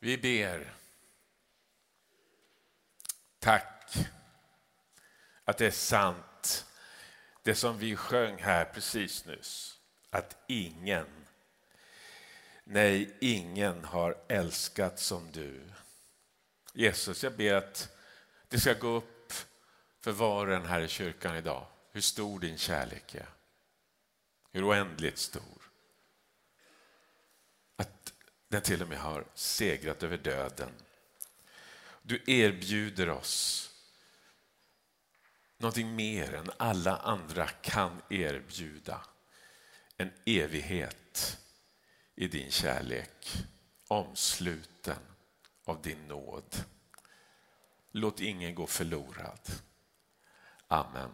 Vi ber. Tack att det är sant, det som vi sjöng här precis nyss. Att ingen har älskat som du. Jesus, jag ber att det ska gå upp för var och en här i kyrkan idag. Hur stor din kärlek är. Hur oändligt stor. Att den till och med har segrat över döden. Du erbjuder oss någonting mer än alla andra kan erbjuda. En evighet i din kärlek. Omsluten av din nåd. Låt ingen gå förlorad. Amen.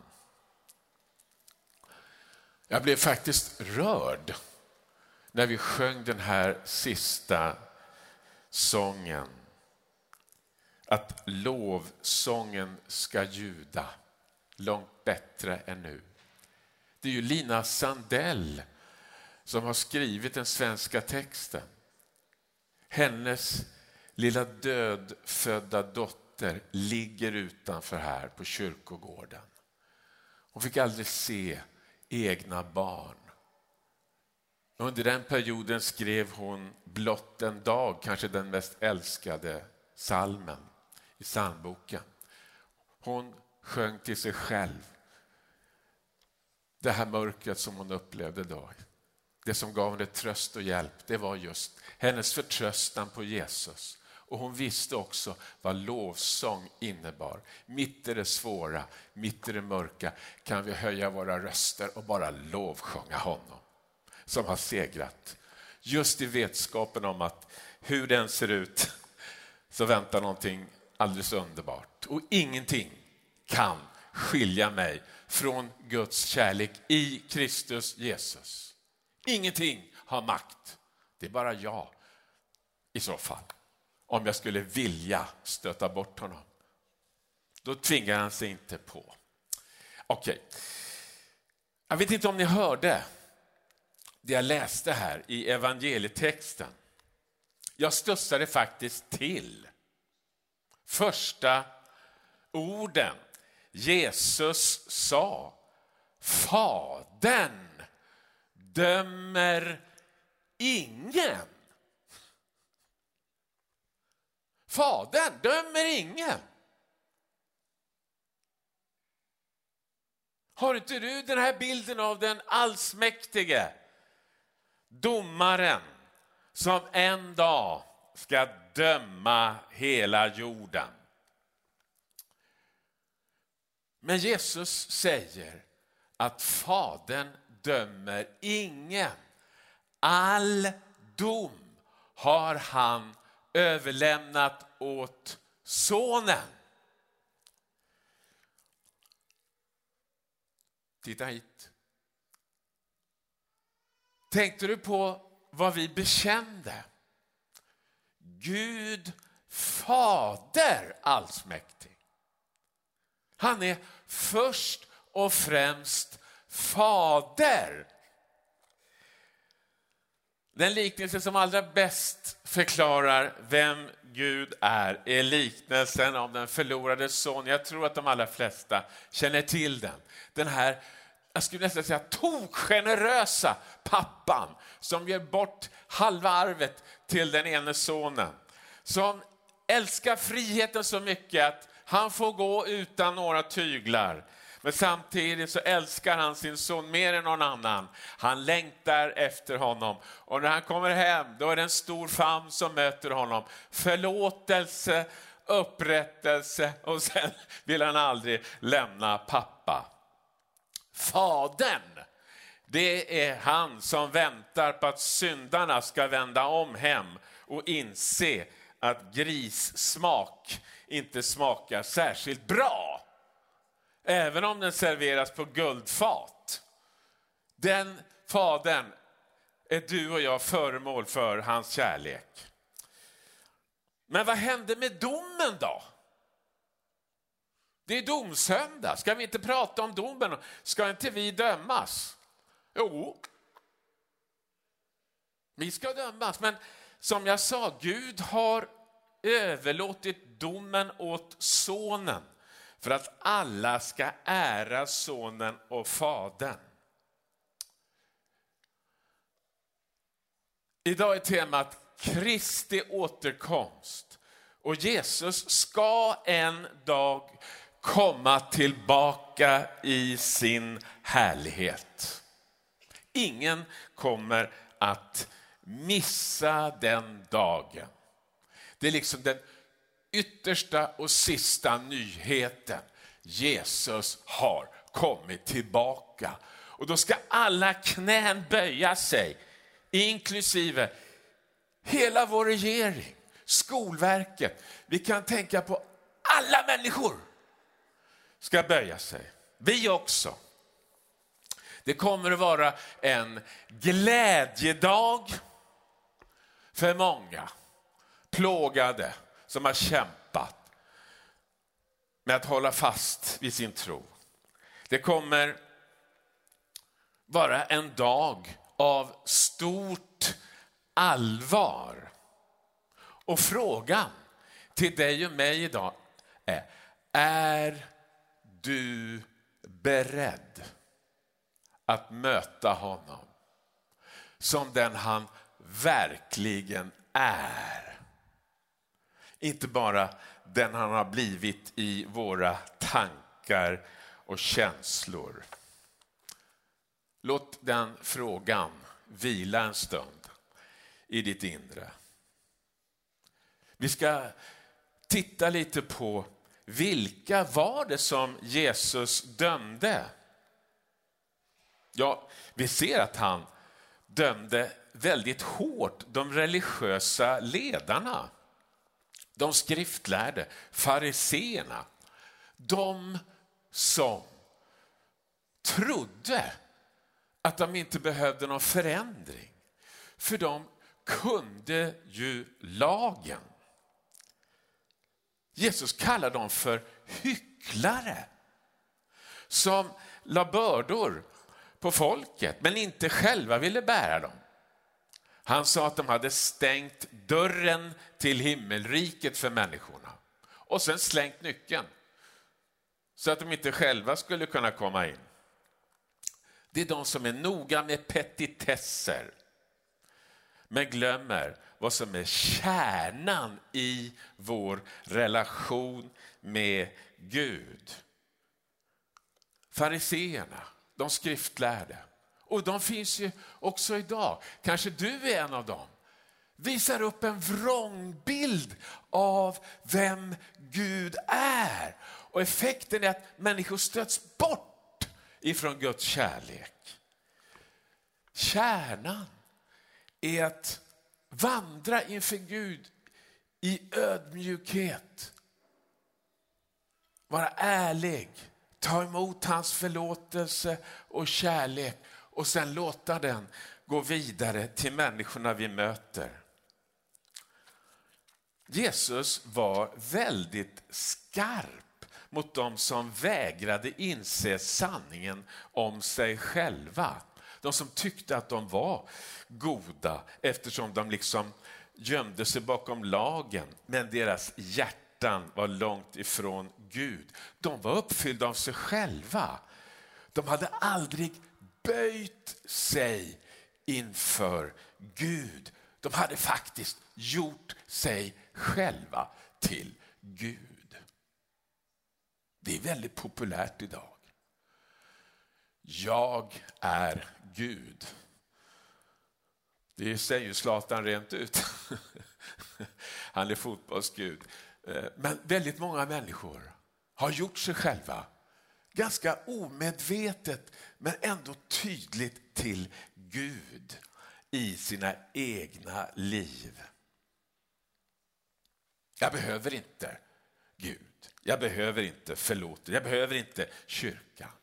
Jag blev faktiskt rörd när vi sjöng den här sista sången. Att lovsången ska ljuda långt bättre än nu. Det är ju Lina Sandell som har skrivit den svenska texten. Hennes lilla dödfödda dotter ligger utanför här på kyrkogården. Hon fick aldrig se egna barn. Under den perioden skrev hon blott en dag, kanske den mest älskade psalmen i psalmboken. Hon sjöng till sig själv. Det här mörkret som hon upplevde då. Det som gav henne tröst och hjälp, det var just hennes förtröstan på Jesus. Och hon visste också vad lovsång innebar. Mitt i det svåra, mitt i det mörka kan vi höja våra röster och bara lovsjunga honom som har segrat. Just i vetskapen om att hur den ser ut så väntar någonting alldeles underbart. Och ingenting kan skilja mig från Guds kärlek i Kristus Jesus. Ingenting har makt. Det är bara jag i så fall. Om jag skulle vilja stöta bort honom. Då tvingar han sig inte på. Okej. Jag vet inte om ni hörde det jag läste här i evangelietexten. Jag stussade faktiskt till. Första orden. Jesus sa: Fadern dömer ingen. Fadern dömer ingen. Har inte du den här bilden av den allsmäktige domaren som en dag ska döma hela jorden? Men Jesus säger att Fadern dömer ingen. All dom har han överlämnat åt sonen. Titta hit. Tänkte du på vad vi bekände? Gud fader allsmäktig. Han är först och främst fader. Den liknelse som allra bäst förklarar vem Gud är liknelsen om den förlorade son. Jag tror att de allra flesta känner till den. Den här, jag skulle nästan säga, tokgenerösa pappan som ger bort halva arvet till den ene sonen. Som älskar friheten så mycket att han får gå utan några tyglar. Men samtidigt så älskar han sin son mer än någon annan. Han längtar efter honom. Och när han kommer hem, då är det en stor famn som möter honom. Förlåtelse, upprättelse, och sen vill han aldrig lämna pappa. Fadern, det är han som väntar på att syndarna ska vända om hem och inse att grissmak inte smakar särskilt bra. Även om den serveras på guldfat. Den fadern är du och jag föremål för hans kärlek. Men vad hände med domen då? Det är domsöndag. Ska vi inte prata om domen? Ska inte vi dömas? Jo. Vi ska dömas. Men som jag sa, Gud har överlåtit domen åt sonen för att alla ska ära sonen och fadern. Idag är temat Kristi återkomst. Och Jesus ska en dag komma tillbaka i sin härlighet. Ingen kommer att missa den dagen. Det är liksom den yttersta och sista nyheten. Jesus har kommit tillbaka. Och då ska alla knän böja sig, inklusive hela vår regering, Skolverket. Vi kan tänka på alla människor ska böja sig. Vi också. Det kommer att vara en glädjedag för många plågade som har kämpat med att hålla fast vid sin tro. Det kommer vara en dag av stort allvar. Och frågan till dig och mig idag är du beredd att möta honom som den han verkligen är? Inte bara den han har blivit i våra tankar och känslor. Låt den frågan vila en stund i ditt inre. Vi ska titta lite på vilka var det som Jesus dömde. Ja, vi ser att han dömde väldigt hårt de religiösa ledarna. De skriftlärde, fariseerna. De som trodde att de inte behövde någon förändring. För de kunde ju lagen. Jesus kallar dem för hycklare som la bördor på folket men inte själva ville bära dem. Han sa att de hade stängt dörren till himmelriket för människorna och sen slängt nyckeln så att de inte själva skulle kunna komma in. Det är de som är noga med petitesser men glömmer vad som är kärnan i vår relation med Gud. Fariseerna, de skriftlärde. Och de finns ju också idag. Kanske du är en av dem. Visar upp en vrångbild av vem Gud är. Och effekten är att människor stöts bort ifrån Guds kärlek. Kärnan är att vandra inför Gud i ödmjukhet. Vara ärlig. Ta emot hans förlåtelse och kärlek. Och sen låta den gå vidare till människorna vi möter. Jesus var väldigt skarp mot de som vägrade inse sanningen om sig själva. De som tyckte att de var goda eftersom de liksom gömde sig bakom lagen. Men deras hjärtan var långt ifrån Gud. De var uppfyllda av sig själva. De hade aldrig böjt sig inför Gud. De hade faktiskt gjort sig själva till Gud. Det är väldigt populärt idag. Jag är Gud. Det säger ju Zlatan rent ut. Han är fotbollsgud. Men väldigt många människor har gjort sig själva ganska omedvetet men ändå tydligt till Gud i sina egna liv. Jag behöver inte Gud. Jag behöver inte förlåtelse. Jag behöver inte kyrkan.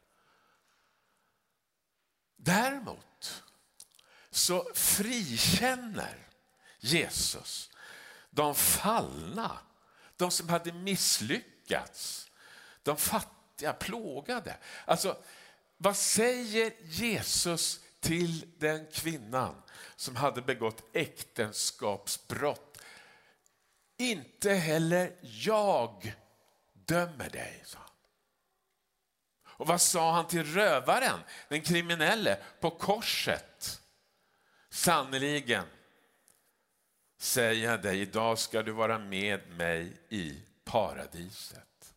Däremot så frikänner Jesus de fallna, de som hade misslyckats, de fattiga, plågade. Alltså, vad säger Jesus till den kvinnan som hade begått äktenskapsbrott inte heller jag dömer dig, sa han. Och vad sa han till rövaren, den kriminelle på korset? Sannoliken säger jag dig, idag ska du vara med mig i paradiset.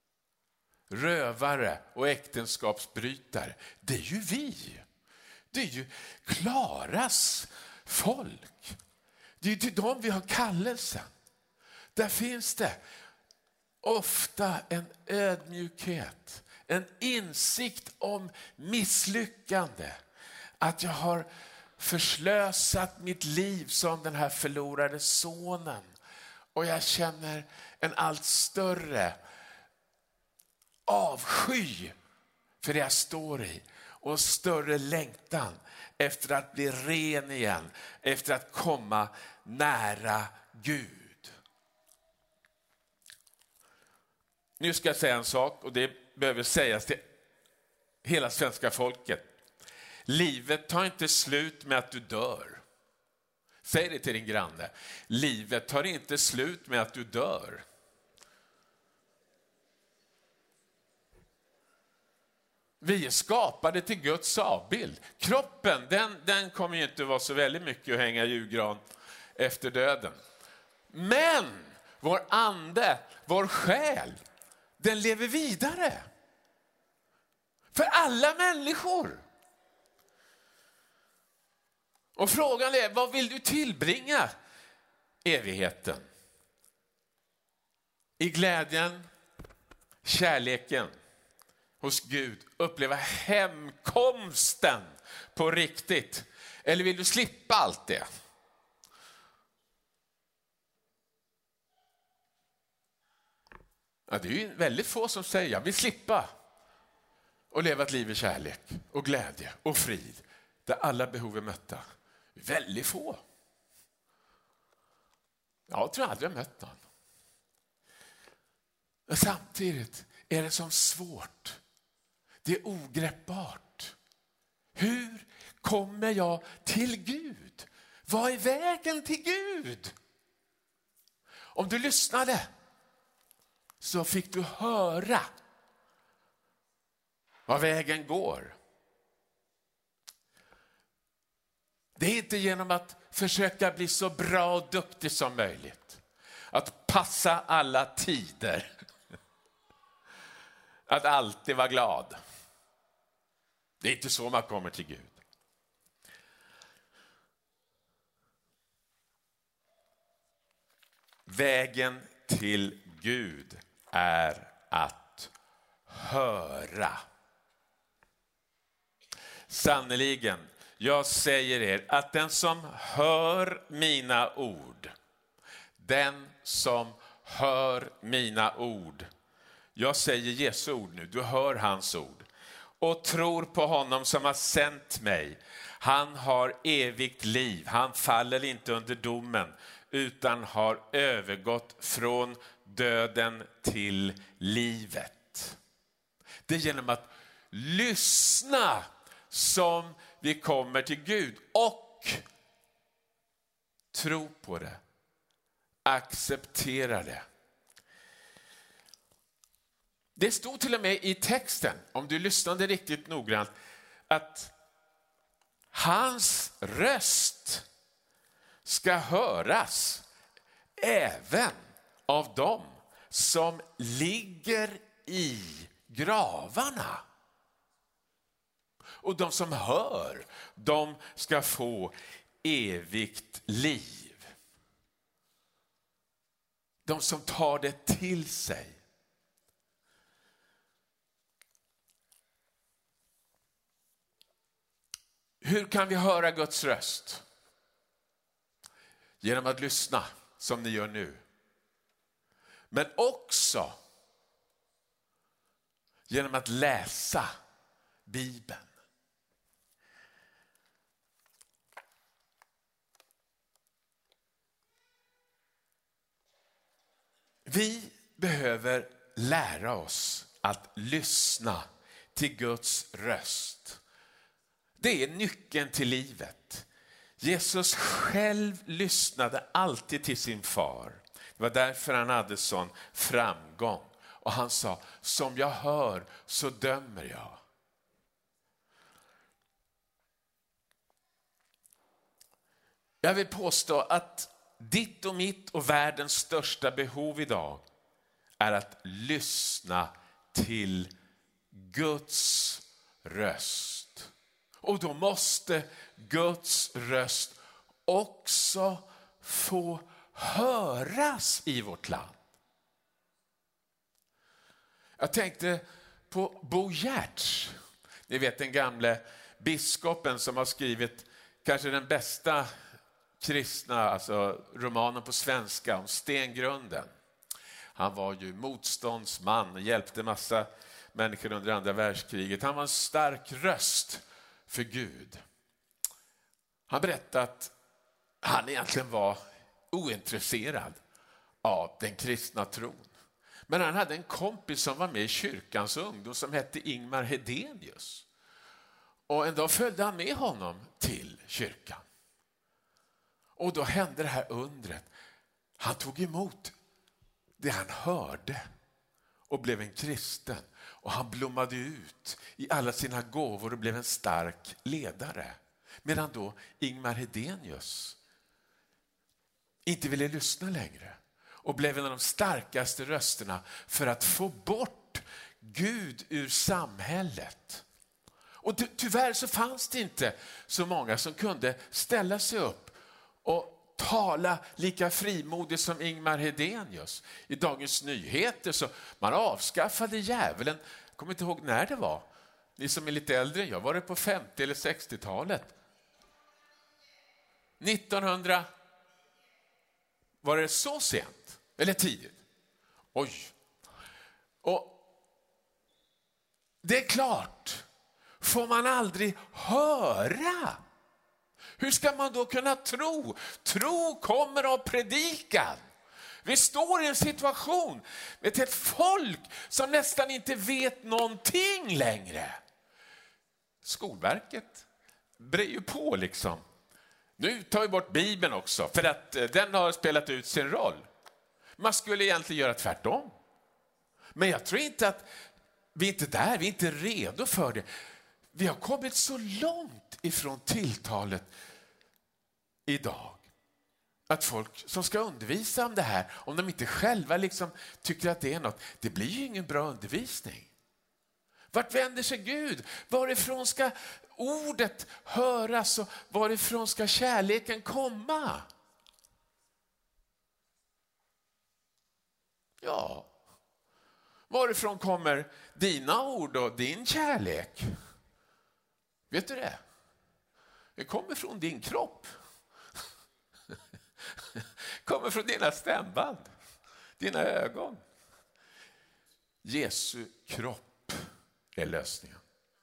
Rövare och äktenskapsbrytare, det är ju vi. Det är ju Klaras folk. Det är ju till dem vi har kallelsen. Där finns det ofta en ödmjukhet, en insikt om misslyckande. Att jag har förslösat mitt liv som den här förlorade sonen. Och jag känner en allt större avsky för det jag står i. Och en större längtan efter att bli ren igen. Efter att komma nära Gud. Nu ska jag säga en sak, och det behöver sägas till hela svenska folket. Livet tar inte slut med att du dör. Säg det till din granne. Livet tar inte slut med att du dör. Vi är skapade till Guds avbild. Kroppen, den kommer ju inte vara så väldigt mycket att hänga i julgran efter döden. Men vår ande, vår själ, den lever vidare. För alla människor. Och frågan är, vad vill du tillbringa evigheten? I glädjen, kärleken hos Gud, uppleva hemkomsten på riktigt. Eller vill du slippa allt det? Ja, det är ju väldigt få som säger, jag vill slippa och leva ett liv i kärlek och glädje och frid där alla behov är mötta. Väldigt få. Jag tror aldrig jag mött någon. Men samtidigt är det som svårt. Det är ogreppbart. Hur kommer jag till Gud? Vad är vägen till Gud? Om du lyssnade så fick du höra vad vägen går. Det är inte genom att försöka bli så bra och duktig som möjligt. Att passa alla tider. Att alltid vara glad. Det är inte så man kommer till Gud. Vägen till Gud är att höra. Sannoliken, jag säger er att den som hör mina ord, den som hör mina ord, jag säger Jesu ord nu, du hör hans ord, och tror på honom som har sänt mig, han har evigt liv, han faller inte under domen utan har övergått från döden till livet. Det är genom att lyssna som vi kommer till Gud och tro på det, acceptera det. Det stod till och med i texten, om du lyssnade riktigt noggrant, att hans röst ska höras även av dem som ligger i gravarna. Och de som hör, de ska få evigt liv. De som tar det till sig. Hur kan vi höra Guds röst? Genom att lyssna som ni gör nu. Men också genom att läsa Bibeln. Vi behöver lära oss att lyssna till Guds röst. Det är nyckeln till livet. Jesus själv lyssnade alltid till sin far, Det var därför han hade sån framgång. Och han sa, som jag hör så dömer jag. Jag vill påstå att ditt och mitt och världens största behov idag är att lyssna till Guds röst. Och då måste Guds röst också få höras i vårt land. Jag tänkte på Bo Giertz. Ni vet den gamle biskopen som har skrivit kanske den bästa kristna, alltså romanen på svenska om stengrunden. Han var ju motståndsman och hjälpte massa människor under andra världskriget. Han var en stark röst för Gud. Han berättade att han egentligen var ointresserad av den kristna tron. Men han hade en kompis som var med i kyrkans ungdom som hette Ingmar Hedenius. Och en dag följde han med honom till kyrkan. Och då hände det här undret. Han tog emot det han hörde och blev en kristen. Och han blommade ut i alla sina gåvor och blev en stark ledare. Medan då Ingmar Hedenius inte ville lyssna längre. Och blev en av de starkaste rösterna för att få bort Gud ur samhället. Och tyvärr så fanns det inte så många som kunde ställa sig upp och tala lika frimodigt som Ingmar Hedenius. I Dagens Nyheter så man avskaffade djävulen. Jag kommer inte ihåg när det var. Ni som är lite äldre, jag var det på 50- eller 60-talet. 1900 var det så sent? Eller tidigt? Oj. Och det är klart, får man aldrig höra. Hur ska man då kunna tro? Tro kommer av predikan. Vi står i en situation med ett folk som nästan inte vet någonting längre. Skolverket brer ju på liksom. Nu tar vi bort Bibeln också för att den har spelat ut sin roll. Man skulle egentligen göra tvärtom. Men jag tror inte att vi är inte där, vi är inte redo för det. Vi har kommit så långt ifrån tilltalet idag. Att folk som ska undervisa om det här, om de inte själva liksom tycker att det är något, det blir ju ingen bra undervisning. Vart vänder sig Gud? Varifrån ska ordet höras och varifrån ska kärleken komma? Ja, varifrån kommer dina ord och din kärlek? Vet du det? Det kommer från din kropp. Kommer från dina stämband, dina ögon. Jesu kropp är lösningen.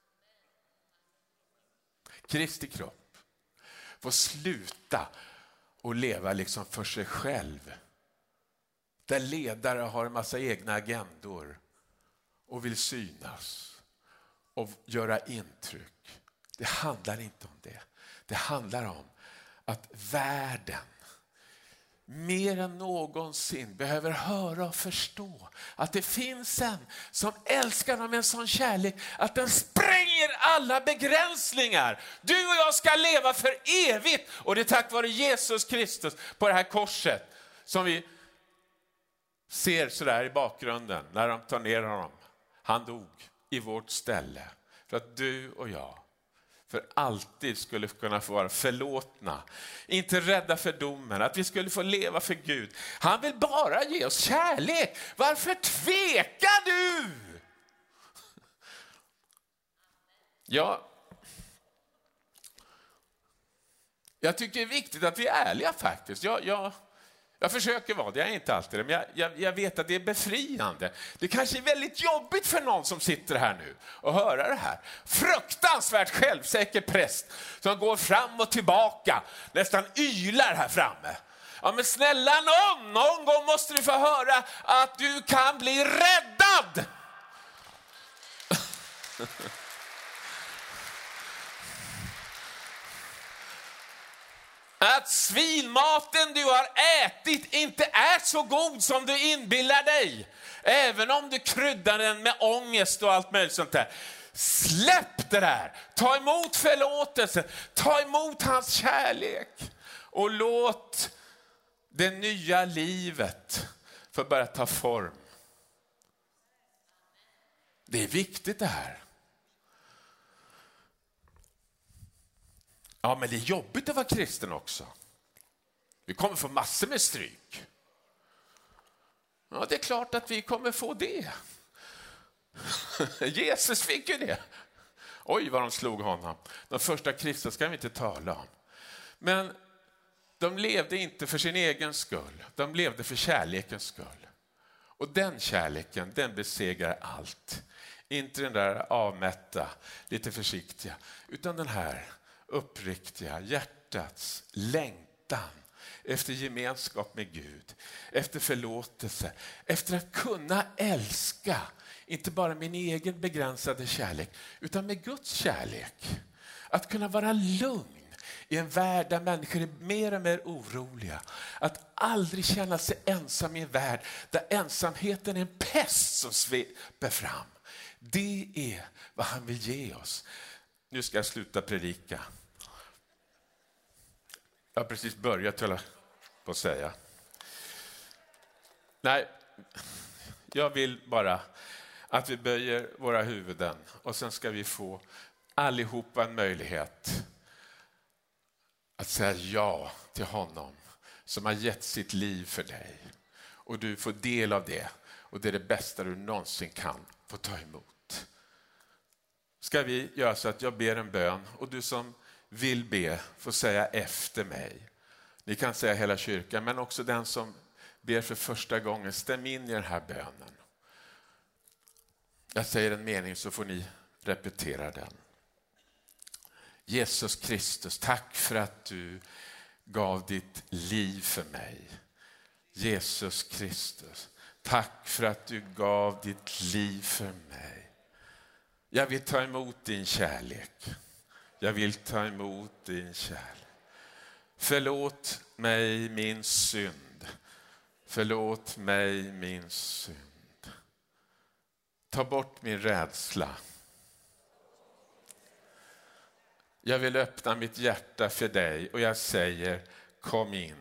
Kristi kropp får sluta och leva liksom för sig själv. Där ledare har en massa egna agendor och vill synas och göra intryck. Det handlar inte om det. Det handlar om att världen mer än någonsin behöver höra och förstå att det finns en som älskar dem med en sån kärlek att den spränger alla begränsningar. Du och jag ska leva för evigt, och det är tack vare Jesus Kristus på det här korset som vi ser så där i bakgrunden när de tar ner honom. Han dog i vårt ställe för att du och jag för alltid skulle kunna få vara förlåtna. Inte rädda för domen. Att vi skulle få leva för Gud. Han vill bara ge oss kärlek. Varför tvekar du? Ja, jag tycker det är viktigt att vi är ärliga faktiskt. Jag försöker vara det, jag är inte alltid det, men jag vet att det är befriande. Det kanske är väldigt jobbigt för någon som sitter här nu och höra det här. Fruktansvärt självsäker präst som går fram och tillbaka, nästan ylar här framme. Ja, men snälla någon gång måste du få höra att du kan bli räddad. Att svinmaten du har ätit inte är så god som du inbillar dig. Även om du kryddar den med ångest och allt möjligt sånt där. Släpp det där. Ta emot förlåtelsen. Ta emot hans kärlek. Och låt det nya livet få börja ta form. Det är viktigt det här. Ja, men det är jobbigt att vara kristen också. Vi kommer få massor med stryk. Ja, det är klart att vi kommer få det. Jesus fick ju det. Oj, vad de slog honom. De första kristna ska vi inte tala om. Men de levde inte för sin egen skull. De levde för kärlekens skull. Och den kärleken, den besegrar allt. Inte den där avmätta, lite försiktiga. Utan den här uppriktiga hjärtats längtan efter gemenskap med Gud, efter förlåtelse, efter att kunna älska, inte bara min egen begränsade kärlek, utan med Guds kärlek. Att kunna vara lugn i en värld där människor är mer och mer oroliga. Att aldrig känna sig ensam i en värld där ensamheten är en pest som sveper fram. Det är vad han vill ge oss. Nu ska jag sluta predika. Jag har precis börjat på att säga. Nej, jag vill bara att vi böjer våra huvuden och sen ska vi få allihopa en möjlighet att säga ja till honom som har gett sitt liv för dig. Och du får del av det och det är det bästa du någonsin kan få ta emot. Ska vi göra så att jag ber en bön och du som vill be får säga efter mig. Ni kan säga hela kyrkan, men också den som ber för första gången, stäm in i den här bönen. Jag säger en mening så får ni repetera den. Jesus Kristus, tack för att du gav ditt liv för mig. Jesus Kristus, tack för att du gav ditt liv för mig. Jag vill ta emot din kärlek. Jag vill ta emot din kärlek. Förlåt mig min synd. Förlåt mig min synd. Ta bort min rädsla. Jag vill öppna mitt hjärta för dig och jag säger kom in.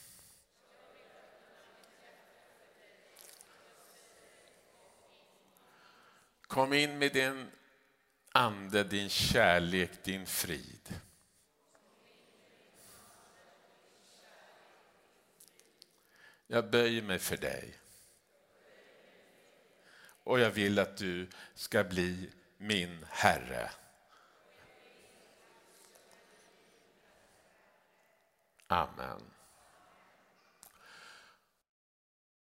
Kom in med din ande, din kärlek, din frid. Jag böjer mig för dig. Och jag vill att du ska bli min Herre. Amen.